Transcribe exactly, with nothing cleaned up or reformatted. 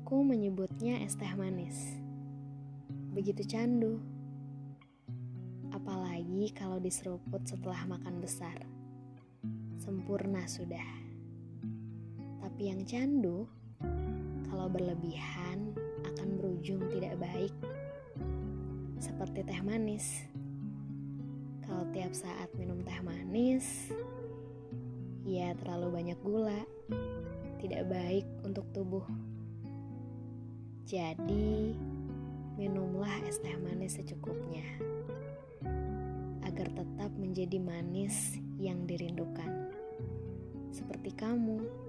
Aku menyebutnya es teh manis. Begitu candu. Apalagi kalau diseruput setelah makan besar. Sempurna sudah. Tapi yang candu, kalau berlebihan akan berujung tidak baik. Seperti teh manis. Kalau tiap saat minum teh manis, ya terlalu banyak gula. Tidak baik untuk tubuh. Jadi, minumlah es teh manis secukupnya, agar tetap menjadi manis yang dirindukan. Seperti kamu.